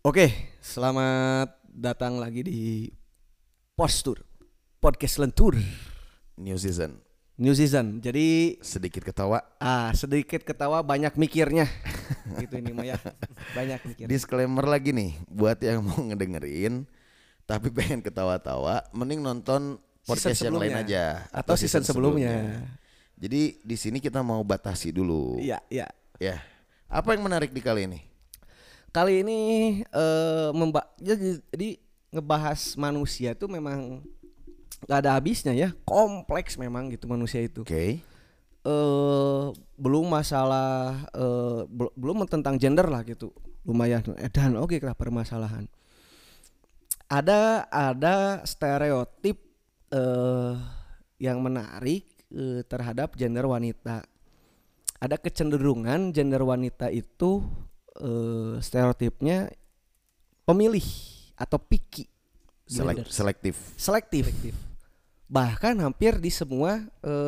Oke, selamat datang lagi di Postur Podcast Lentur New season. New Season. Jadi Sedikit ketawa. sedikit ketawa banyak mikirnya. Gitu ini mah ya. Banyak mikirnya. Disclaimer lagi nih buat yang mau ngedengerin tapi pengen ketawa-tawa, mending nonton podcast yang lain aja atau season sebelumnya. Jadi di sini kita mau batasi dulu. Iya, iya. Ya. Apa yang menarik di kali ini? Kali ini jadi ngebahas manusia itu memang gak ada habisnya ya, kompleks memang gitu manusia itu. Oke. Belum masalah belum tentang gender lah gitu, lumayan dan oke lah permasalahan. Ada stereotip yang menarik terhadap gender wanita. Ada kecenderungan gender wanita itu stereotipnya pemilih atau picky, selektif. Bahkan hampir di semua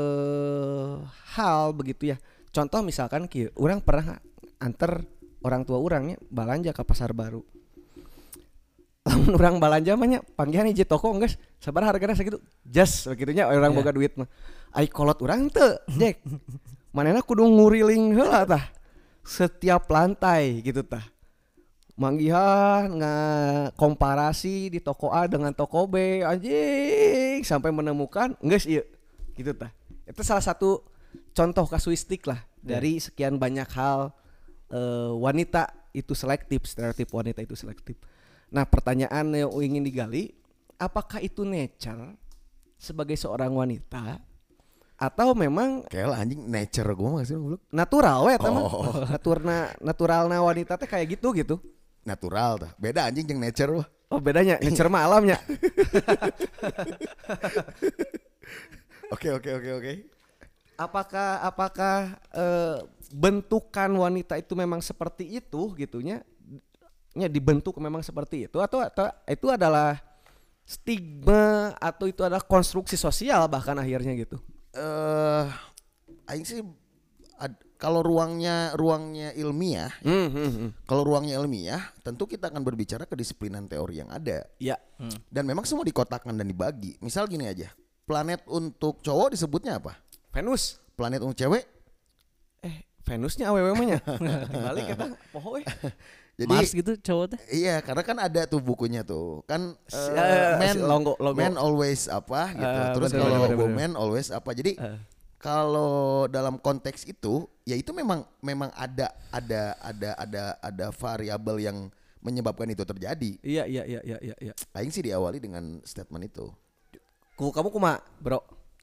hal begitu ya. Contoh misalkan orang pernah antar orang tua orangnya balanja ke pasar baru. Lamun orang balanja mah panggihan hiji toko geus sabar hargana sakitu. Jas begitunya orang boga duit mah. Ai kolot urang teu, Jack. Manehna kudu nguriling heula tah. Setiap lantai gitu tah. Manggihan komparasi di toko A dengan toko B anjing sampai menemukan geus ieu gitu tah. Itu salah satu contoh kasuistik lah dari sekian banyak hal wanita itu selektif, stereotip wanita itu selektif. Nah, pertanyaan yang ingin digali, apakah itu nature sebagai seorang wanita atau memang kayak anjing nature gue mah sih goblok. Natural we eta mah. Naturalna wanita teh kayak gitu. Natural tah. Beda anjing jeung nature wah. Oh, bedanya nature mah alamnya. Oke. Apakah bentukan wanita itu memang seperti itu gitunya? Ya dibentuk memang seperti itu atau itu adalah stigma atau itu adalah konstruksi sosial bahkan akhirnya gitu. Aing sih kalau ruangnya ilmiah, kalau ruangnya ilmiah, tentu kita akan berbicara kedisiplinan teori yang ada. Ya. Dan memang semua dikotakkan dan dibagi. Misal gini aja, planet untuk cowok disebutnya apa? Venus. Planet untuk cewek? Venusnya awewe mah nya. Dibalik eta poho we. Jadi, Mars gitu cowok teh. Iya, karena kan ada tuh bukunya tuh. Kan logo. man always apa gitu. Terus kalau woman always apa. Jadi kalau dalam konteks itu, ya itu memang ada variabel yang menyebabkan itu terjadi. Iya. Aing sih diawali dengan statement itu. Kamu kumaha, Bro?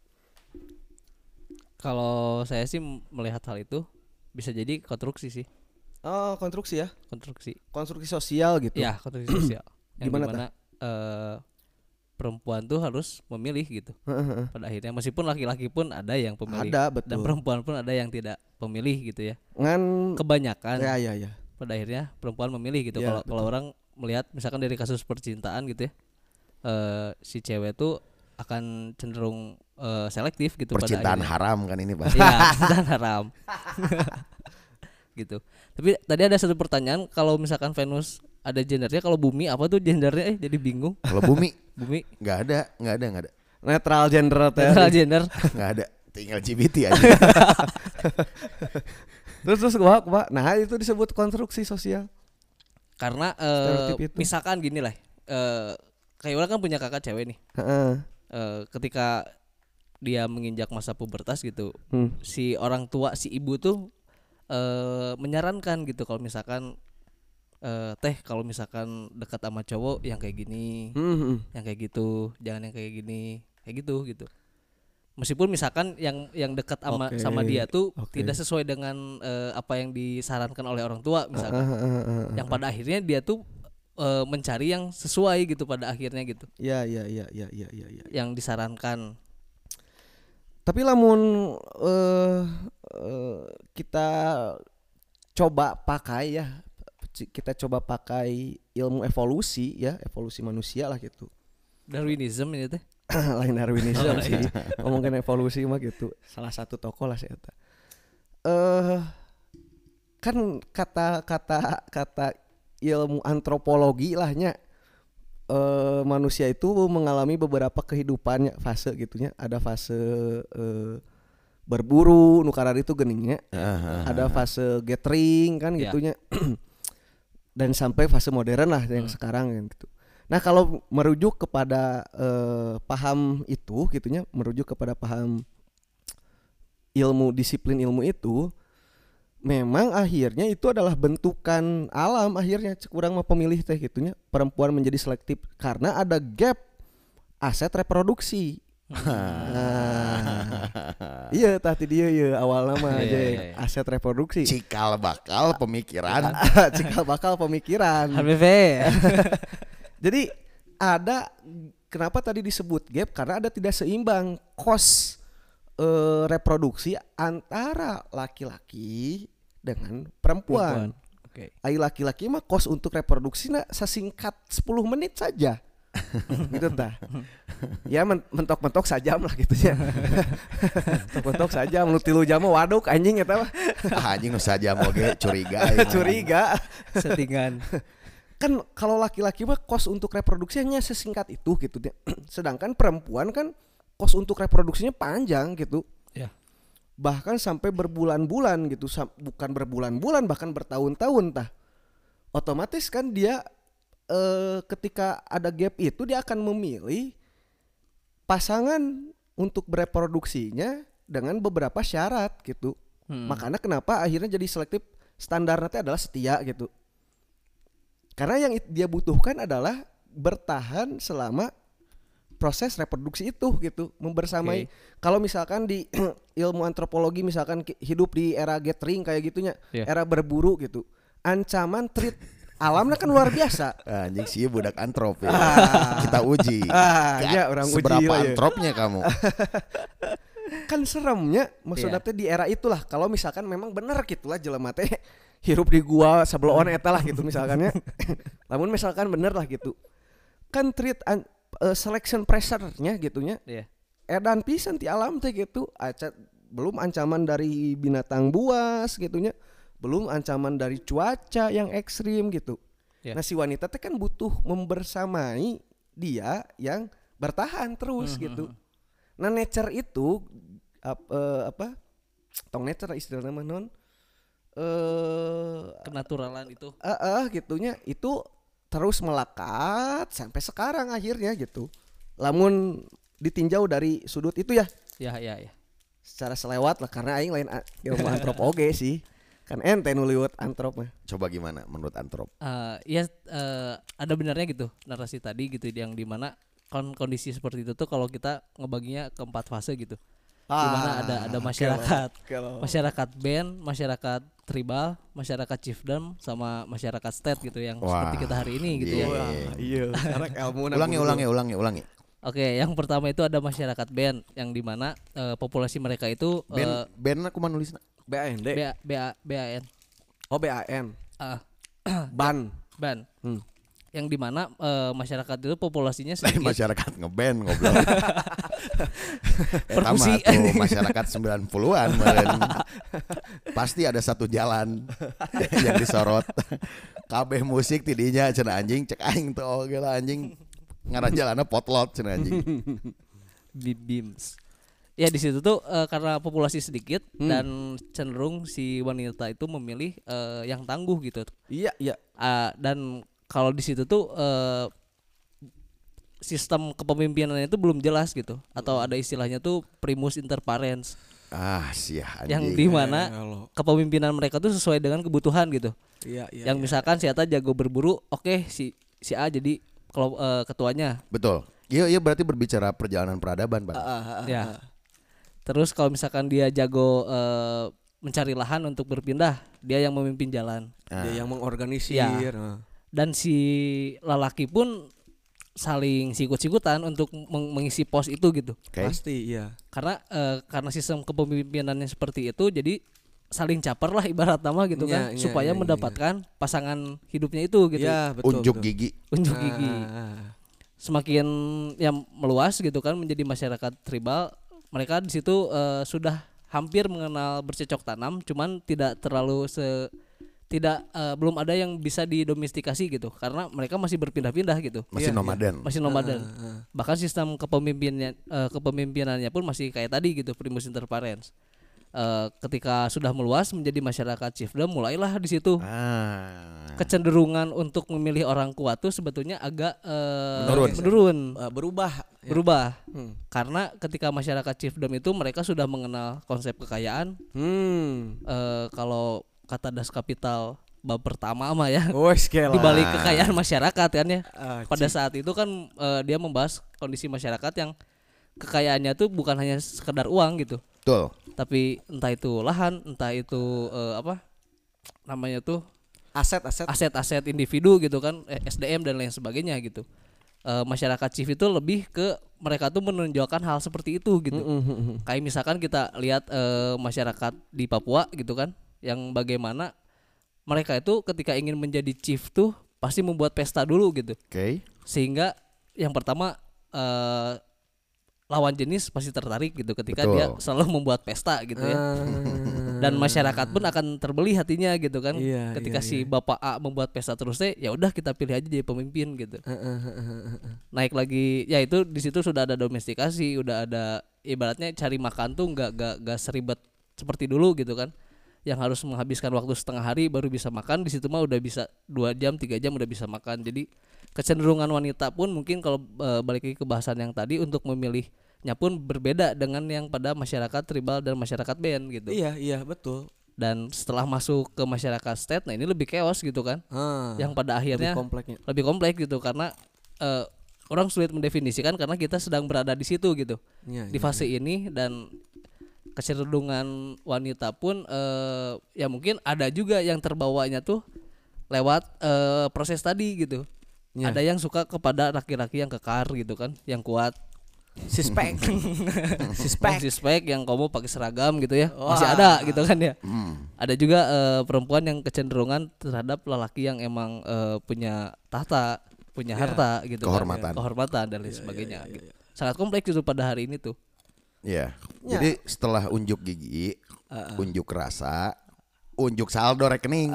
Kalau saya sih melihat hal itu bisa jadi konstruksi sih. Oh, konstruksi ya. Konstruksi sosial gitu. Ya, konstruksi sosial. Yang Gimana perempuan tuh harus memilih gitu. Pada akhirnya meskipun laki-laki pun ada yang pemilih. Ada, betul. Dan perempuan pun ada yang tidak pemilih gitu ya. Ngan Kebanyakan. Ya. Pada akhirnya perempuan memilih gitu. Ya, Kalau orang melihat misalkan dari kasus percintaan gitu ya. Si cewek tuh akan cenderung selektif gitu. Percintaan pada akhirnya. haram kan ini Pak. Iya, percintaan haram. Gitu. Tapi tadi ada satu pertanyaan, kalau misalkan Venus ada gendernya, kalau bumi apa tuh gendernya? Jadi bingung. Kalau bumi Nggak ada. Netral gender teh. Netral gender. Nggak ada. Tinggal LGBT aja. Terus gua. Nah, itu disebut konstruksi sosial. Karena misalkan gini lah. Kayak orang kan punya kakak cewek nih. Ketika dia menginjak masa pubertas gitu, si orang tua, si ibu tuh menyarankan gitu kalau misalkan kalau misalkan dekat sama cowok yang kayak gini, yang kayak gitu, jangan yang kayak gini, kayak gitu. Meskipun misalkan yang dekat sama dia tuh tidak sesuai dengan apa yang disarankan oleh orang tua misalkan, yang pada akhirnya dia tuh mencari yang sesuai gitu pada akhirnya gitu. Iya. Yang disarankan. Tapi lamun kita coba pakai ilmu evolusi ya, evolusi manusia lah gitu. Darwinism ini teh. Lain Darwinism sih. Ngomongin evolusi mah gitu. Salah satu tokoh lah saya. Kan kata ilmu antropologi lahnya manusia itu mengalami beberapa kehidupannya fase gitunya. Ada fase berburu, nukarar itu geningnya. Ada fase gathering kan gitunya. Dan sampai fase modern lah yang sekarang kan gitu. Nah, kalau merujuk kepada paham itu gitunya, merujuk kepada paham ilmu, disiplin ilmu itu, memang akhirnya itu adalah bentukan alam akhirnya kurang mah pemilih teh gitunya, perempuan menjadi selektif karena ada gap aset reproduksi. Iya tadi dia ya awal nama aja aset reproduksi. Cikal bakal pemikiran. Cikal bakal pemikiran. HBV. Jadi ada kenapa tadi disebut gap karena ada tidak seimbang cost reproduksi antara laki-laki dengan perempuan. Okay. Ai laki-laki mah cost untuk reproduksinya sesingkat 10 menit saja. Gitu tah. Ya mentok-mentok sajam lah gitu ya. Mentok-mentok sajam nu 3 jam waduk anjing eta mah. Anjing nu sajam oge curiga. Curiga. Settingan. Kan kalau laki-laki mah cost untuk reproduksinya sesingkat itu gitu ya. Sedangkan perempuan kan cost untuk reproduksinya panjang gitu. Ya. Bahkan sampai berbulan-bulan gitu, bukan berbulan-bulan bahkan bertahun-tahun tah. Otomatis kan dia ketika ada gap itu dia akan memilih pasangan untuk bereproduksinya dengan beberapa syarat gitu. Makanya kenapa akhirnya jadi selektif, standarnya adalah setia gitu. Karena yang dia butuhkan adalah bertahan selama proses reproduksi itu gitu, membersamai. Kalau misalkan di ilmu antropologi misalkan hidup di era gathering kayak gitunya, era berburu gitu, ancaman treat alamnya kan luar biasa. Anjing sih budak antrop ya. Kita uji. Ya, orang seberapa uji antropnya kamu? Kan seremnya maksudnya di era itulah. Kalau misalkan memang bener gitulah jelema teh hirup di gua sebelon eta lah gitu misalkan ya. Namun misalkan bener lah gitu. Kan treat selection pressure-nya gitunya. Edan pisan ti alam teh gitu. Belum ancaman dari binatang buas gitunya. Belum ancaman dari cuaca yang ekstrim gitu. Nah si wanita teh kan butuh membersamai dia yang bertahan terus gitu. Nah nature itu apa? Tong nature istilahnya mah non kenaturalan itu. Gitunya itu terus melekat sampai sekarang akhirnya gitu. Lamun ditinjau dari sudut itu ya. Ya. Secara selewat lah karena aing lain ilmu antrop oge sih. Kan ente nu liwat antrop mah. Coba gimana menurut antrop? Ada benarnya gitu narasi tadi gitu yang dimana kondisi seperti itu tuh kalau kita ngebaginya ke 4 fase gitu. Dimana ada masyarakat, masyarakat band, masyarakat tribal, masyarakat chiefdom, sama masyarakat state gitu yang seperti kita hari ini gitu ya. Iya. Sekarang ilmu. Ulangi. Oke, yang pertama itu ada masyarakat band yang dimana populasi mereka itu band aku nulisna BAND. BAN. Oh BAN. Ban. Yang dimana masyarakat itu populasinya sedikit. Masyarakat ngeband ngobrol. Perkusi. Tuh masyarakat 90-an pasti ada satu jalan yang disorot. Kabeh musik tidinya cenah anjing cek aing tuh oge lah anjing ngaran jalanna potlot cenah anjing. Bims. Ya di situ tuh karena populasi sedikit dan cenderung si wanita itu memilih yang tangguh gitu. Iya. Dan kalau di situ tuh sistem kepemimpinannya itu belum jelas gitu, atau ada istilahnya tuh primus inter parens. Yang dimana kepemimpinan mereka tuh sesuai dengan kebutuhan gitu. Iya. Yang misalkan si Ata jago berburu, oke, si A jadi kalau ketuanya. Betul. Iya berarti berbicara perjalanan peradaban, Bang. Ya. Terus kalau misalkan dia jago mencari lahan untuk berpindah, dia yang memimpin jalan. Dia yang mengorganisir. Ya. Dan si lelaki pun saling sikut-sikutan untuk mengisi pos itu gitu. Pasti iya. Karena sistem kepemimpinannya seperti itu, jadi saling caper lah ibarat nama gitu kan, supaya mendapatkan pasangan hidupnya itu gitu. Ya, betul, Unjuk gigi. Semakin yang meluas gitu kan menjadi masyarakat tribal, mereka di situ sudah hampir mengenal bercocok tanam, cuman tidak belum ada yang bisa didomestikasi gitu karena mereka masih berpindah-pindah gitu. Masih nomaden. Masih nomaden. Bahkan sistem kepemimpinannya pun masih kayak tadi gitu, primus inter pares. Ketika sudah meluas menjadi masyarakat chiefdom, mulailah di situ kecenderungan untuk memilih orang kuat tuh sebetulnya agak menurun. Berubah. Karena ketika masyarakat chiefdom itu mereka sudah mengenal konsep kekayaan. Kalau kata Das Kapital bab pertama mah ya, di balik kekayaan masyarakat kan ya. Pada saat itu kan dia membahas kondisi masyarakat yang kekayaannya tuh bukan hanya sekedar uang gitu. Betul. Tapi entah itu lahan, entah itu aset individu gitu kan, SDM dan lain sebagainya gitu. Masyarakat chief itu lebih ke mereka tuh menonjolkan hal seperti itu gitu. Kayak misalkan kita lihat masyarakat di Papua gitu kan, yang bagaimana mereka itu ketika ingin menjadi chief tuh pasti membuat pesta dulu gitu. Sehingga yang pertama lawan jenis pasti tertarik gitu ketika dia selalu membuat pesta gitu ya. Dan masyarakat pun akan terbeli hatinya gitu kan. Ketika si Bapak A membuat pesta terus ya udah kita pilih aja jadi pemimpin gitu. Naik lagi ya itu di situ sudah ada domestikasi, udah ada ibaratnya cari makan tuh enggak seribet seperti dulu gitu kan. Yang harus menghabiskan waktu setengah hari baru bisa makan, di situ mah udah bisa 2 jam 3 jam udah bisa makan. Jadi kecenderungan wanita pun mungkin kalau balik lagi ke bahasan yang tadi untuk memilihnya pun berbeda dengan yang pada masyarakat tribal dan masyarakat band gitu. Iya betul. Dan setelah masuk ke masyarakat state, nah ini lebih chaos gitu kan. Yang pada akhirnya lebih kompleks gitu karena orang sulit mendefinisikan karena kita sedang berada di situ gitu. Di fase ini dan kecenderungan wanita pun ya mungkin ada juga yang terbawanya tuh lewat proses tadi gitu. Ada yang suka kepada laki-laki yang kekar gitu kan, yang kuat. Sispek yang kamu pakai seragam gitu ya. Masih ada gitu kan ya. Ada juga perempuan yang kecenderungan terhadap lelaki yang emang punya tahta, punya harta gitu kehormatan dan lain sebagainya gitu. Sangat kompleks itu pada hari ini tuh. Jadi setelah unjuk gigi, unjuk rasa, unjuk saldo rekening.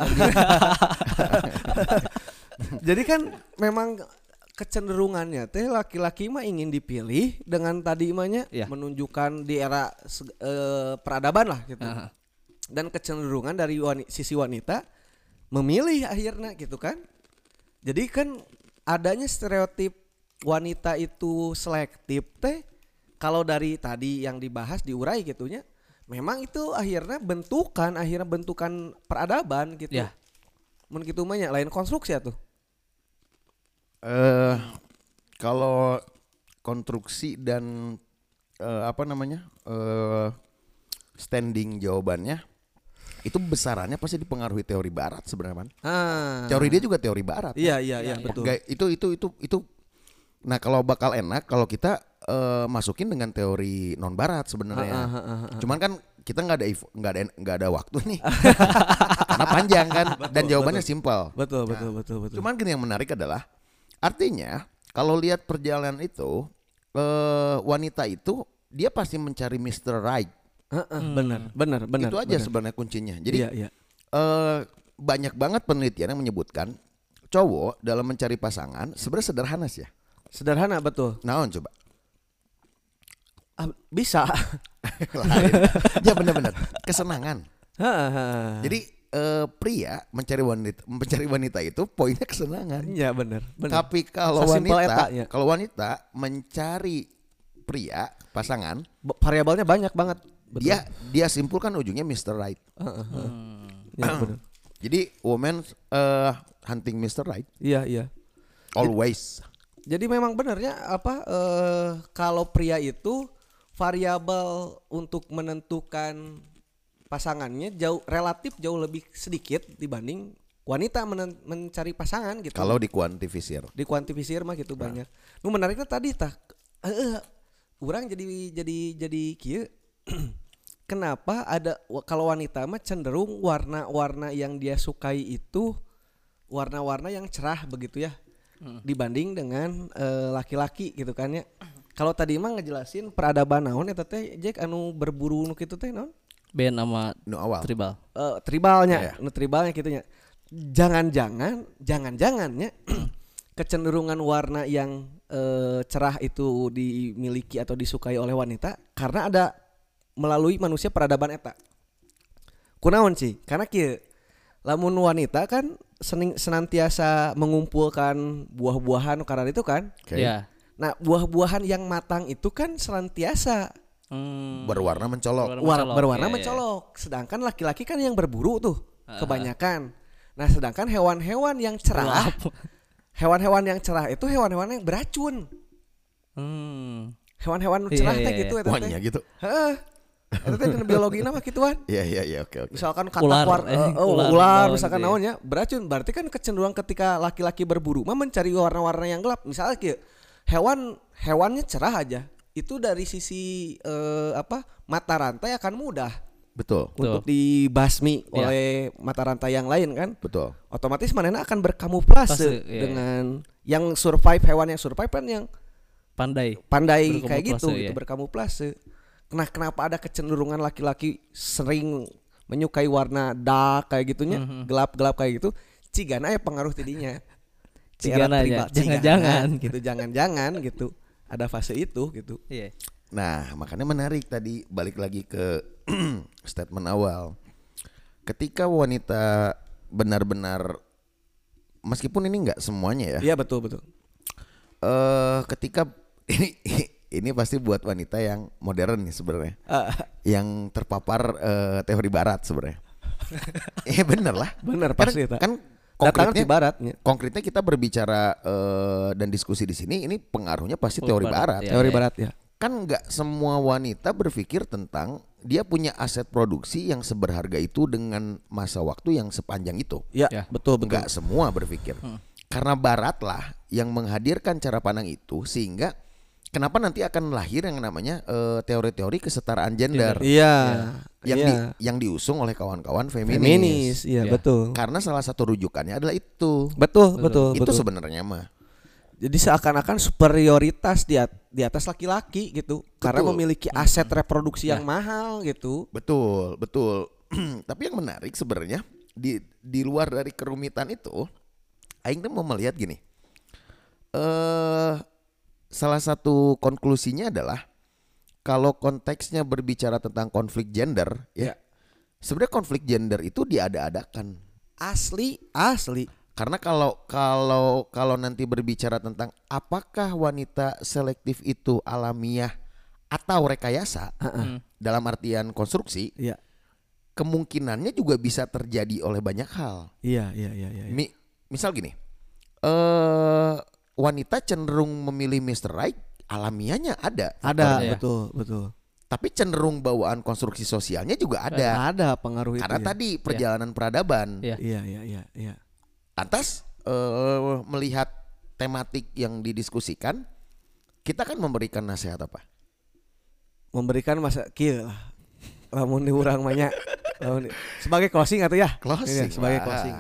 Jadi kan memang kecenderungannya teh laki-laki mah ingin dipilih dengan tadi imanya menunjukkan di era peradaban lah gitu. Dan kecenderungan dari sisi wanita memilih akhirnya gitu kan. Jadi kan adanya stereotip wanita itu selektif teh kalau dari tadi yang dibahas diurai gitunya. Memang itu akhirnya bentukan peradaban gitu. Mun kitu mah lain konstruksi atuh. Kalau konstruksi dan standing jawabannya itu besarannya pasti dipengaruhi teori barat sebenarnya. Teori dia juga teori barat. Iya betul. Itu. Nah kalau bakal enak kalau kita masukin dengan teori non barat sebenarnya. Cuman kan kita nggak ada waktu nih karena panjang kan. Dan jawabannya simpel. Betul. Cuman gini yang menarik adalah artinya kalau lihat perjalanan itu wanita itu dia pasti mencari Mr. Right. Benar. Itu aja sebenarnya kuncinya. Jadi banyak banget penelitian yang menyebutkan cowok dalam mencari pasangan sebenarnya sederhana sih ya. Sederhana betul. Naon coba? Bisa. Ya benar-benar kesenangan. Jadi pria mencari wanita itu poinnya kesenangan. Iya benar. Tapi kalau wanita mencari pria pasangan, variabelnya banyak banget. Betul. Dia simpulkan ujungnya Mr. Right. Ya, benar. Jadi woman hunting Mr. Right. Iya. Always. Jadi memang benarnya kalau pria itu variabel untuk menentukan pasangannya relatif jauh lebih sedikit dibanding wanita mencari pasangan gitu. Kalau dikuantifisir mah gitu banyak. Nu menariknya tadi orang jadi kieu. Kenapa ada kalau wanita mah cenderung warna-warna yang dia sukai itu warna-warna yang cerah begitu ya. Dibanding dengan laki-laki gitu kan ya. Kalau tadi mah ngejelasin peradaban naon eta teh Jack anu berburu nu kitu teh naon? Band sama nu awal. Tribal. Tribalnya, nu tribalnya kitu nya. jangan-jangannya kecenderungan warna yang cerah itu dimiliki atau disukai oleh wanita karena ada melalui manusia peradaban eta. Kunaon sih? Karena kieu lamun wanita kan senantiasa mengumpulkan buah-buahan karena itu kan. Okay. Ya. Nah, buah-buahan yang matang itu kan senantiasa berwarna mencolok. Berwarna mencolok. Sedangkan laki-laki kan yang berburu tuh kebanyakan. Nah, sedangkan hewan-hewan yang cerah, hewan-hewan yang cerah itu hewan-hewan yang beracun. Hewan-hewan cerah teh gitu eta teh. Wanya gitu. Heeh. Eta teh dina biologina mah kituan. Iya, oke. Misalkan ular misalkan gitu ya. naonnya beracun, berarti kan kecenderungan ketika laki-laki berburu mah mencari warna-warna yang gelap. Misalnya kieu, hewannya cerah aja. Itu dari sisi mata rantai akan mudah. Betul. Untuk dibasmi oleh mata rantai yang lain kan. Betul. Otomatis manehna akan berkamuflase dengan yang survive, hewan yang survive kan yang pandai kayak gitu, itu berkamuflase. Nah, kenapa ada kecenderungan laki-laki sering menyukai warna dark kayak gitunya, gelap-gelap kayak gitu? Cigana ya pengaruh tidinya. Cigana ya. Jangan-jangan gitu. Ada fase itu gitu. Iya. Nah, makanya menarik tadi balik lagi ke statement awal. Ketika wanita benar-benar, meskipun ini nggak semuanya ya. Iya, betul. Ketika ini pasti buat wanita yang modern nih sebenarnya, yang terpapar teori barat sebenarnya. Bener lah. Bener pasti kan konkretnya kita berbicara dan diskusi di sini, ini pengaruhnya pasti teori barat. Teori barat ya. Kan nggak semua wanita berpikir tentang dia punya aset produksi yang seberharga itu dengan masa waktu yang sepanjang itu. Ya. Betul. Nggak semua berpikir. Karena barat lah yang menghadirkan cara pandang itu, sehingga kenapa nanti akan lahir yang namanya teori-teori kesetaraan gender. Iya. Yang diusung oleh kawan-kawan feminis. Iya, betul. Karena salah satu rujukannya adalah itu. Betul. Itu sebenarnya mah. Jadi seakan-akan superioritas di atas laki-laki gitu. Betul. Karena memiliki aset reproduksi yang mahal gitu. Betul. Tapi yang menarik sebenarnya di luar dari kerumitan itu, aing tuh mau melihat gini. Salah satu konklusinya adalah kalau konteksnya berbicara tentang konflik gender, ya. Sebenarnya konflik gender itu diada-adakan. Asli. Karena kalau nanti berbicara tentang apakah wanita selektif itu alamiah atau rekayasa, dalam artian konstruksi, kemungkinannya juga bisa terjadi oleh banyak hal. Iya. Misal gini, wanita cenderung memilih Mr. Right, alamiahnya ada. Betul. Tapi cenderung bawaan konstruksi sosialnya juga ada. Ada pengaruh itu. Karena tadi perjalanan peradaban. Iya. Lantas melihat tematik yang didiskusikan, kita kan memberikan nasihat apa? Memberikan kieu lah. Lamun di urang mah nya. Sebagai closing atau ya? Closing. Sebagai closing.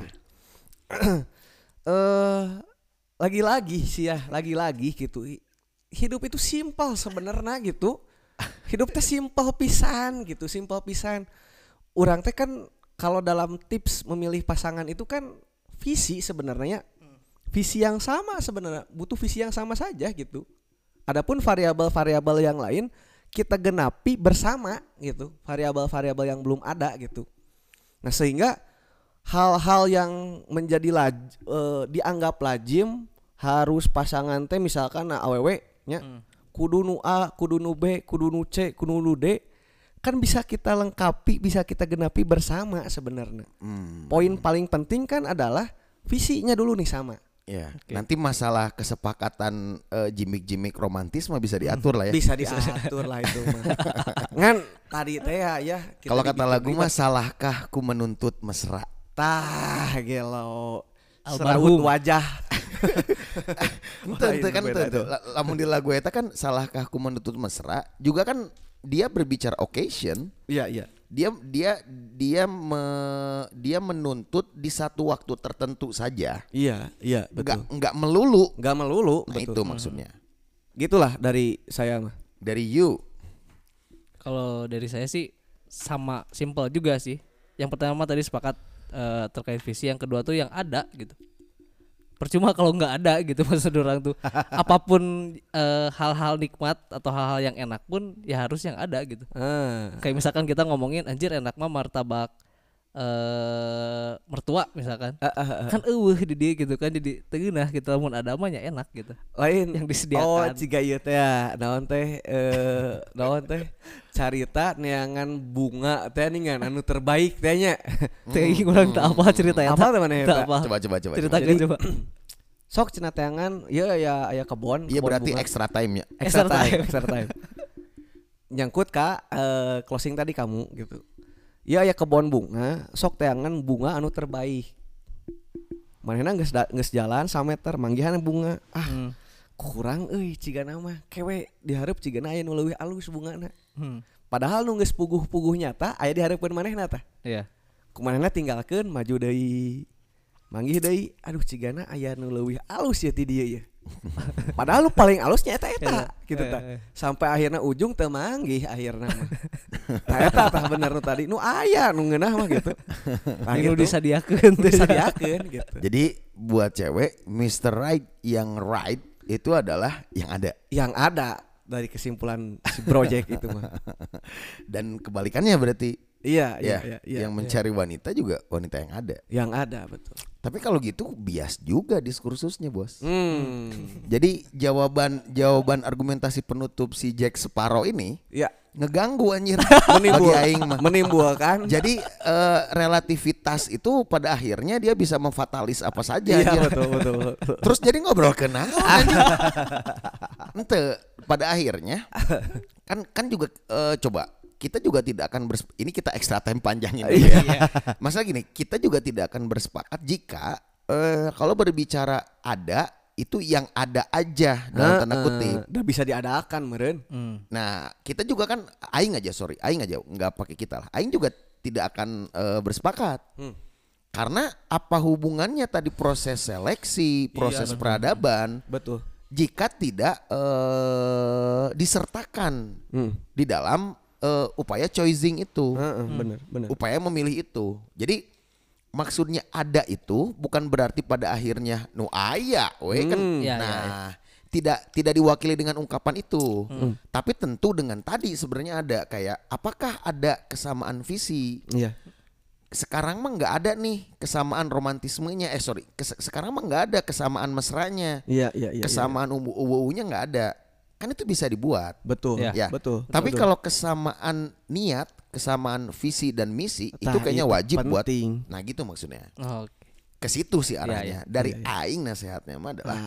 Lagi-lagi gitu. Hidup itu simpel sebenarnya gitu. Hidup teh simpel pisan. Urang teh kan kalau dalam tips memilih pasangan itu kan visi sebenarnya. Visi yang sama sebenarnya, butuh visi yang sama saja gitu. Adapun variabel-variabel yang lain kita genapi bersama gitu. Variabel-variabel yang belum ada gitu. Nah, sehingga hal-hal yang menjadi dianggap lazim harus pasangan teh misalkan awewe nya kudu nu A, kudu nu B, kudu nu C, kudu nu D, kan bisa kita lengkapi, bisa kita genapi bersama sebenarnya. Poin paling penting kan adalah visinya dulu nih sama. Ya, nanti masalah kesepakatan gimmick-gimmick romantis mah bisa diatur lah ya. Bisa diatur lah itu mah. Ngan tadi teh ya. Kalau kata lagu mah salahkah ku menuntut mesra. Tah gelo. Serawut wajah. Tentu kan tentu. Lamun di lagu eta kan salahkah ku menuntut mesra juga kan dia berbicara occasion. Iya. Dia menuntut di satu waktu tertentu saja. Iya, betul. Enggak melulu. Nah, betul. Itu maksudnya. Gitulah dari saya mah. Dari you. Kalau dari saya sih sama simple juga sih. Yang pertama tadi sepakat terkait visi, yang kedua tuh yang ada gitu. Percuma kalau nggak ada gitu maksud orang tuh. Apapun hal-hal nikmat atau hal-hal yang enak pun ya harus yang ada gitu. Kayak misalkan kita ngomongin anjir enak mah martabak mertua misalkan. Kan di dia gitu kan, jadi tegeunah gitu mun ada mah nya enak gitu. Lain yang disediakan. Oh, ciga ieu teh ya. Naon teh carita neangan bunga teh ningan anu terbaik teh nya. Teh urang teu apa cerita eta. Apa teh maneh eta? Coba. Ceritakeun coba. Sok cenah teangan ieu aya kebon. Iya berarti bunga. extra time nya. Extra time. Nyangkut ka closing tadi kamu gitu. Ya kebon bunga, sok teangan bunga anu terbaik. Manehna geus jalan 1 meter manggihan bunga. Kurang euy cigana mah kewe dihareup cigana aya nu leuwih alus bungana. Padahal nu geus puguh-puguh nyata aya dihareupeun manehna tah. Iya. Kumanehna tinggalkeun maju deui. Manggih deui, aduh cigana aya nu leuwih alus ya ti dieu ya. Padahal lu paling alusnya eta gitu tah. Sampai akhirnya ujung teu manggih akhirna mah. Tah eta tah bener nu tadi nu aya nu ngeunah mah gitu. Nah, gitu disadiakeun gitu. Jadi buat cewek Mr. Right yang right itu adalah yang ada. Yang ada dari kesimpulan si project itu mah. Dan kebalikannya berarti Iya. Yang mencari wanita juga wanita yang ada. Yang ada betul. Tapi kalau gitu bias juga diskursusnya bos. Jadi jawaban argumentasi penutup si Jack Sparrow ini ngeganggu anjir. Bagi aing mah. Menimbulkan. Jadi relativitas itu pada akhirnya dia bisa memfatalis apa saja. Iya betul. Terus jadi ngobrol kenal anjir. Ente pada akhirnya kan juga coba. Kita juga tidak akan ini kita extra time panjangin ya. Masalah gini, kita juga tidak akan bersepakat jika kalau berbicara ada itu yang ada aja dalam tanda kutip. Udah bisa diadakan meren. Nah kita juga kan aing aja nggak pakai kita lah. Aing juga tidak akan bersepakat. Karena apa hubungannya tadi proses seleksi, proses peradaban. Betul. Jika tidak disertakan di dalam upaya choosing itu, bener. upaya memilih itu. Jadi maksudnya ada itu bukan berarti pada akhirnya nu aya, kan. Tidak diwakili dengan ungkapan itu, tapi tentu dengan tadi sebenarnya ada kayak apakah ada kesamaan visi? Iya. Sekarang mah nggak ada nih kesamaan romantismenya. Sekarang mah nggak ada kesamaan mesranya. Iya. Kesamaan uwu-uwunya nggak ada. Kan itu bisa dibuat. Betul. Ya. Betul. Tapi kalau kesamaan niat, kesamaan visi dan misi itu kayaknya wajib penting. Buat. Nah gitu maksudnya. Ke situ sih arahnya. Dari aing nasihatnya mah adalah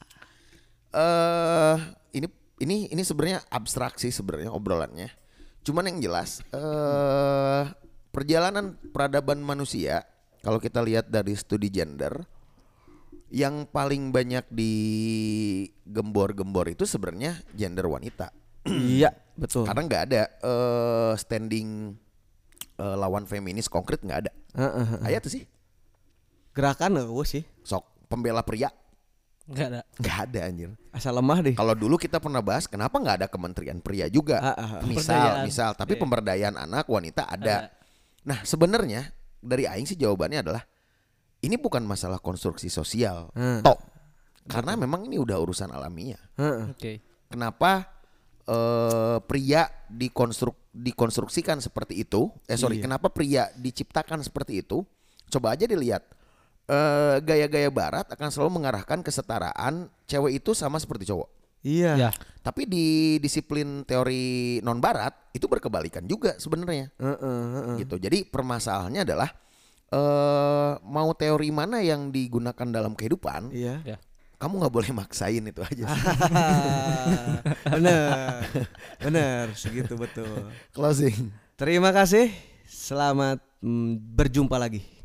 ini sebenarnya abstraksi sebenarnya obrolannya. Cuman yang jelas perjalanan peradaban manusia kalau kita lihat dari studi gender, yang paling banyak digembor-gembor itu sebenarnya gender wanita. Iya, betul. Karena nggak ada standing lawan feminis konkret, nggak ada. Aya tuh sih. Gerakan sih. Sok pembela pria. Nggak ada anjir. Asal lemah deh. Kalau dulu kita pernah bahas kenapa nggak ada kementerian pria juga. Misal, tapi pemberdayaan anak wanita ada. Nah sebenarnya dari aing sih jawabannya adalah ini bukan masalah konstruksi sosial, karena memang ini udah urusan alamiah. Kenapa pria dikonstruksikan seperti itu? Kenapa pria diciptakan seperti itu? Coba aja dilihat, gaya-gaya Barat akan selalu mengarahkan kesetaraan cewek itu sama seperti cowok. Iya. Tapi di disiplin teori non Barat itu berkebalikan juga sebenarnya. Gitu. Jadi permasalahannya adalah mau teori mana yang digunakan dalam kehidupan, kamu nggak boleh maksain itu aja. Bener, segitu betul. Closing. Terima kasih, selamat berjumpa lagi.